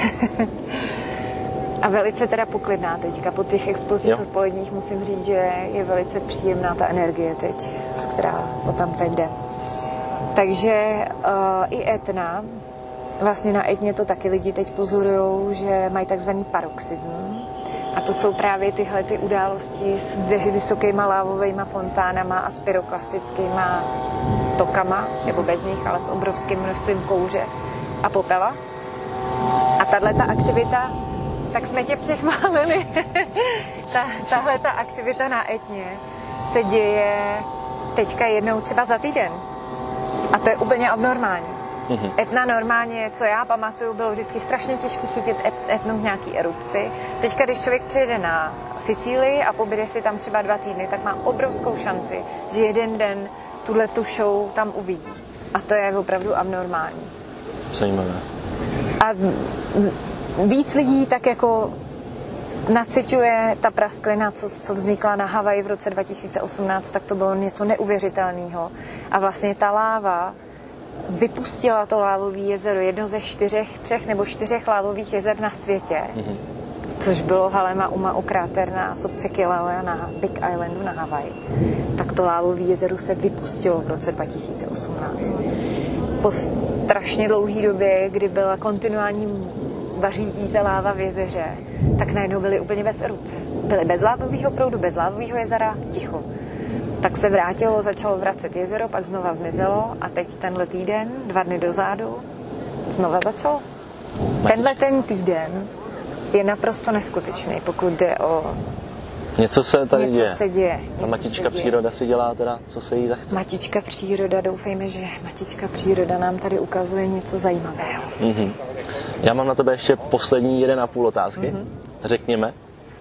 Speaker 1: A velice teda poklidná teďka. Po těch explozích odpoledních musím říct, že je velice příjemná ta energie teď, která o tam teď jde. Takže i Etna, vlastně na Etně to taky lidi teď pozorujou, že mají takzvaný paroxysm. A to jsou právě tyhle ty události s vysokýma lávovými fontánama a s pyroklastickýma tokama, nebo bez nich, ale s obrovským množstvím kouře a popela. A tahleta aktivita, tak jsme tě přechválili, tahleta aktivita na Etně se děje teďka jednou třeba za týden. A to je úplně abnormální. Etna normálně, co já pamatuju, bylo vždycky strašně těžké chytit Etnu v nějaký erupci. Teďka, když člověk přijede na Sicílii a pobyde si tam třeba 2 týdny, tak má obrovskou šanci, že jeden den tuhletu show tam uvidí. A to je opravdu abnormální.
Speaker 2: Zajímavé.
Speaker 1: A víc lidí tak jako naciťuje ta prasklina, co vznikla na Havaji v roce 2018, tak to bylo něco neuvěřitelného. A vlastně ta láva vypustila to lávové jezero, jedno ze 3 nebo 4 lávových jezer na světě, což bylo Halema Umau kráter na sopce Kilauea na Big Islandu na Havaji. Tak to lávové jezero se vypustilo v roce 2018. Po strašně dlouhé době, kdy byla kontinuální vařící se láva v jezeře, tak najednou byly úplně bez erupce. Byly bez lávového proudu, bez lávového jezera, ticho. Tak se vrátilo, začalo vracet jezero, pak znova zmizelo a teď tenhle týden, 2 dny dozadu, znova začalo. Tenhle ten týden je naprosto neskutečný, pokud jde o...
Speaker 2: Něco se tady
Speaker 1: děje.
Speaker 2: Ta matička příroda si dělá teda, co se jí zachce.
Speaker 1: Matička příroda, doufejme, že matička příroda nám tady ukazuje něco zajímavého.
Speaker 2: Já mám na tebe ještě poslední 1,5 otázky, řekněme.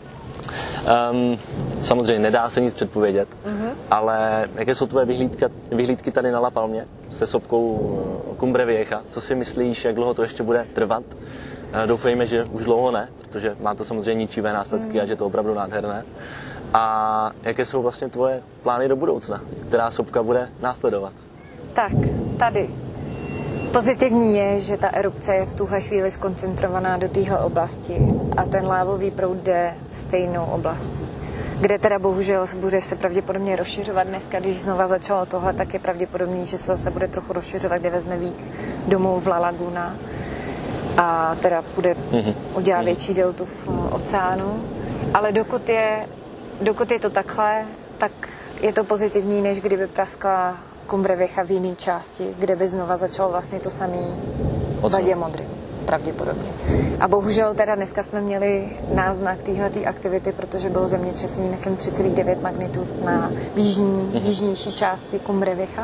Speaker 2: Samozřejmě nedá se nic předpovědět, ale jaké jsou tvoje vyhlídky tady na La Palmě se sopkou Cumbre Vieja? Co si myslíš, jak dlouho to ještě bude trvat? Doufejme, že už dlouho ne, protože má to samozřejmě ničivé následky a že je to opravdu nádherné. A jaké jsou vlastně tvoje plány do budoucna? Která sopka bude následovat?
Speaker 1: Tak, tady. Pozitivní je, že ta erupce je v tuhle chvíli skoncentrovaná do téhle oblasti a ten lávový proud jde stejnou oblastí, kde teda bohužel bude se pravděpodobně rozšiřovat. Dneska, když znova začalo tohle, tak je pravděpodobný, že se zase bude trochu rozšiřovat, kde vezme víc domů v La Laguna a teda bude udělat větší deltu v oceánu. Ale dokud je to takhle, tak je to pozitivní, než kdyby praskla Cumbre Vieja v jiné části, kde by znova začalo vlastně to samé Vadě Modry, pravděpodobně. A bohužel teda dneska jsme měli náznak téhleté aktivity, protože bylo zemětřesení, myslím, 3,9 magnitud na jižnější části Cumbre Vieja.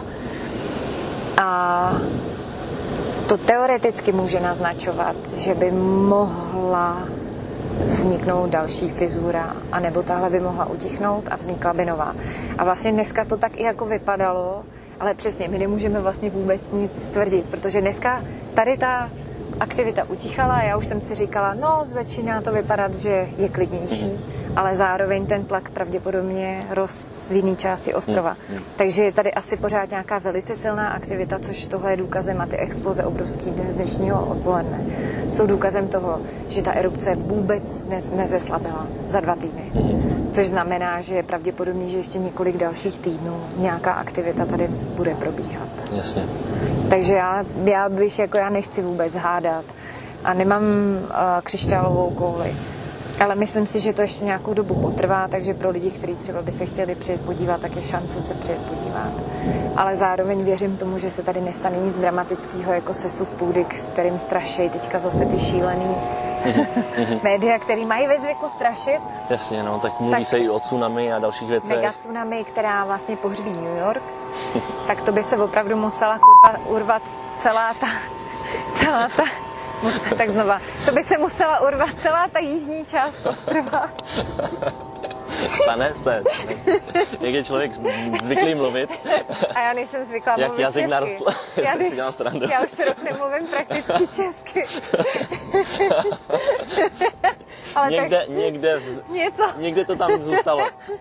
Speaker 1: A to teoreticky může naznačovat, že by mohla vzniknout další fizura, anebo tahle by mohla utichnout a vznikla by nová. A vlastně dneska to tak i jako vypadalo, ale přesně, my nemůžeme vlastně vůbec nic tvrdit, protože dneska tady ta aktivita utichala a já už jsem si říkala, no začíná to vypadat, že je klidnější, ale zároveň ten tlak pravděpodobně rost v jiné části ostrova. Takže je tady asi pořád nějaká velice silná aktivita, což tohle je důkazem a ty exploze obrovský z dnešního odpoledne jsou důkazem toho, že ta erupce vůbec nezeslabila za 2 týdny. Což znamená, že je pravděpodobný, že ještě několik dalších týdnů nějaká aktivita tady bude probíhat.
Speaker 2: Jasně.
Speaker 1: Takže já bych, jako já nechci vůbec hádat a nemám křišťálovou kouli. Ale myslím si, že to ještě nějakou dobu potrvá, takže pro lidi, kteří třeba by se chtěli přijet podívat, tak je šance se přijet podívat. Ale zároveň věřím tomu, že se tady nestane nic dramatického, jako sesuv půdy, kterým strašejí teďka zase ty šílený média, který mají ve zvyku strašit.
Speaker 2: Jasně, no, tak mluví se i o tsunami a dalších věcech.
Speaker 1: Mega tsunami, která vlastně pohřbí New York, tak to by se opravdu musela urvat celá ta tak znova, to by se musela urvat celá ta jižní část ostrova.
Speaker 2: Stane se. Jak je člověk zvyklý mluvit.
Speaker 1: A já nejsem zvyklá
Speaker 2: jak
Speaker 1: mluvit
Speaker 2: jazyk
Speaker 1: česky.
Speaker 2: narostl.
Speaker 1: Já už rok nemluvím prakticky česky. Ale
Speaker 2: někde,
Speaker 1: tak,
Speaker 2: někde to tam zůstalo.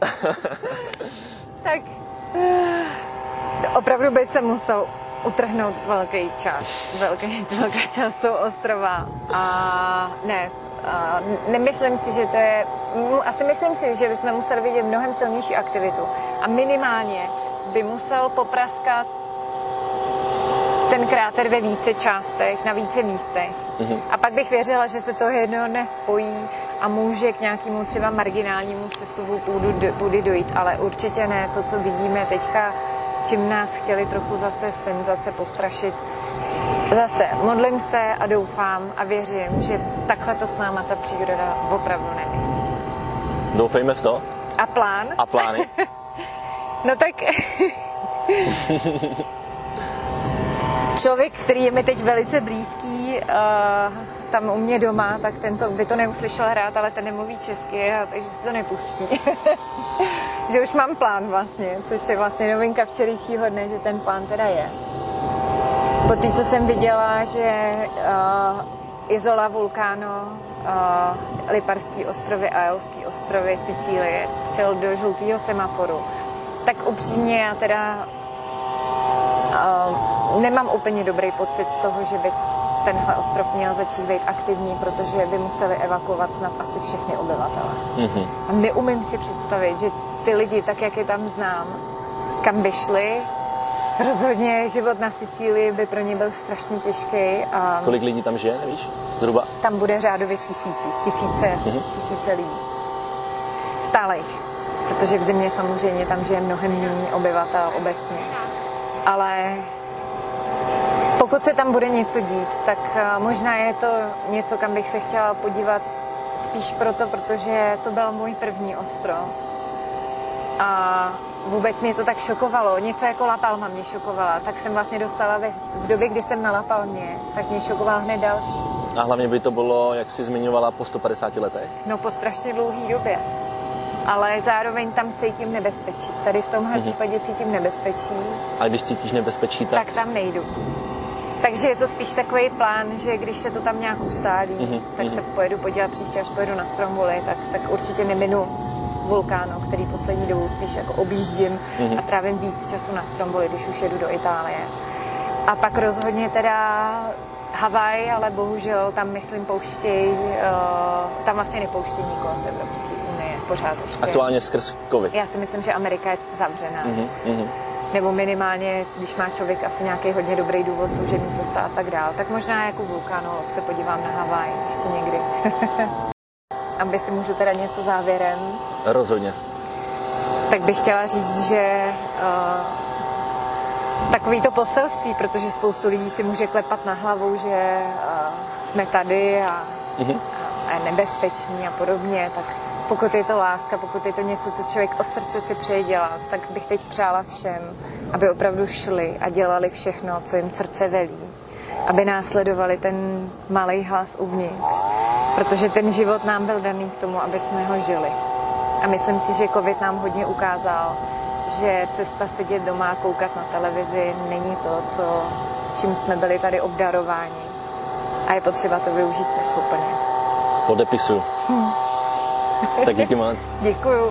Speaker 1: Tak opravdu by se musel utrhnout velká část toho ostrova. A ne, nemyslím si, že to je... Asi myslím si, že bychom museli vidět mnohem silnější aktivitu. A minimálně by musel popraskat ten kráter ve více částech, na více místech. A pak bych věřila, že se to jednoho dne spojí a může k nějakému třeba marginálnímu sesuvu půdy dojít. Ale určitě ne to, co vidíme teďka, čím nás chtěli trochu zase senzace postrašit. Zase modlím se a doufám a věřím, že takhle to s náma ta příroda opravdu nemyslí.
Speaker 2: Doufejme v to.
Speaker 1: A plán?
Speaker 2: A plány?
Speaker 1: No tak... Člověk, který je mi teď velice blízký, tam u mě doma, tak tento by to neuslyšel hrát, ale ten nemluví česky, takže si to nepustí. Že už mám plán vlastně, což je vlastně novinka včerejšího dne, že ten plán teda je. Po té, co jsem viděla, že Isola, Vulcano, Liparský ostrovy, Ajovský ostrovy, Sicílie šel do žlutého semaforu, tak upřímně já teda nemám úplně dobrý pocit z toho, že by tenhle ostrov měl začít být aktivní, protože by museli evakuovat snad asi všechny obyvatele. A neumím si představit, že ty lidi, tak jak je tam znám, kam by šli, rozhodně život na Sicílii by pro ně byl strašně těžký. A
Speaker 2: kolik lidí tam žije, nevíš? Zhruba?
Speaker 1: Tam bude řádově tisíce lidí. Stále jich. Protože v zimě samozřejmě tam žije mnohem méně obyvatel obecně. Ale pokud se tam bude něco dít, tak možná je to něco, kam bych se chtěla podívat spíš proto, protože to byl můj první ostrov. A vůbec mě to tak šokovalo. Něco jako La Palma mě šokovala. Tak jsem vlastně dostala v době, kdy jsem na La Palmě, tak mě šokoval hned další.
Speaker 2: A hlavně by to bylo, jak jsi zmiňovala, po 150 letech?
Speaker 1: No po strašně dlouhé době. Ale zároveň tam cítím nebezpečí. Tady v tomhle případě cítím nebezpečí.
Speaker 2: A když cítíš nebezpečí, tak
Speaker 1: tam nejdu. Takže je to spíš takový plán, že když se to tam nějak ustálí, tak se pojedu podívat příště, až pojedu na Stromboli, tak určitě neminu Vulcano, který poslední dobou spíš jako objíždím a trávím víc času na Stromboli, když už jedu do Itálie. A pak rozhodně teda Havaj, ale bohužel tam myslím pouštějí, tam vlastně nepouštějí nikoho z Evropské unie pořád ještě.
Speaker 2: Aktuálně skrz covid.
Speaker 1: Já si myslím, že Amerika je zavřená. Nebo minimálně, když má člověk asi nějaký hodně dobrý důvod, služební cesta a tak dál, tak možná jako Vulcano se podívám na Havaj ještě někdy. Aby si můžu teda něco závěrem.
Speaker 2: Rozhodně.
Speaker 1: Tak bych chtěla říct, že takový to poselství, protože spoustu lidí si může klepat na hlavu, že jsme tady a je nebezpečný a podobně, tak pokud je to láska, pokud je to něco, co člověk od srdce si přeje dělat, tak bych teď přála všem, aby opravdu šli a dělali všechno, co jim srdce velí. Aby následovali ten malej hlas uvnitř. Protože ten život nám byl daný k tomu, aby jsme ho žili. A myslím si, že covid nám hodně ukázal, že cesta sedět doma a koukat na televizi není to, čím jsme byli tady obdarováni. A je potřeba to využít smysluplně.
Speaker 2: Podepisuju. Tak díky moc.
Speaker 1: Děkuju.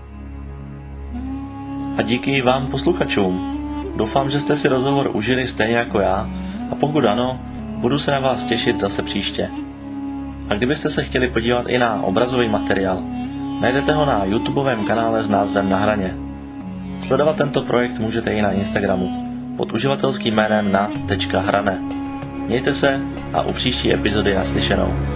Speaker 2: A díky vám posluchačům. Doufám, že jste si rozhovor užili stejně jako já. A pokud ano, budu se na vás těšit zase příště. A kdybyste se chtěli podívat i na obrazový materiál, najdete ho na YouTubeovém kanále s názvem Na hraně. Sledovat tento projekt můžete i na Instagramu pod uživatelským jménem na.hrane. Mějte se a u příští epizody naslyšenou.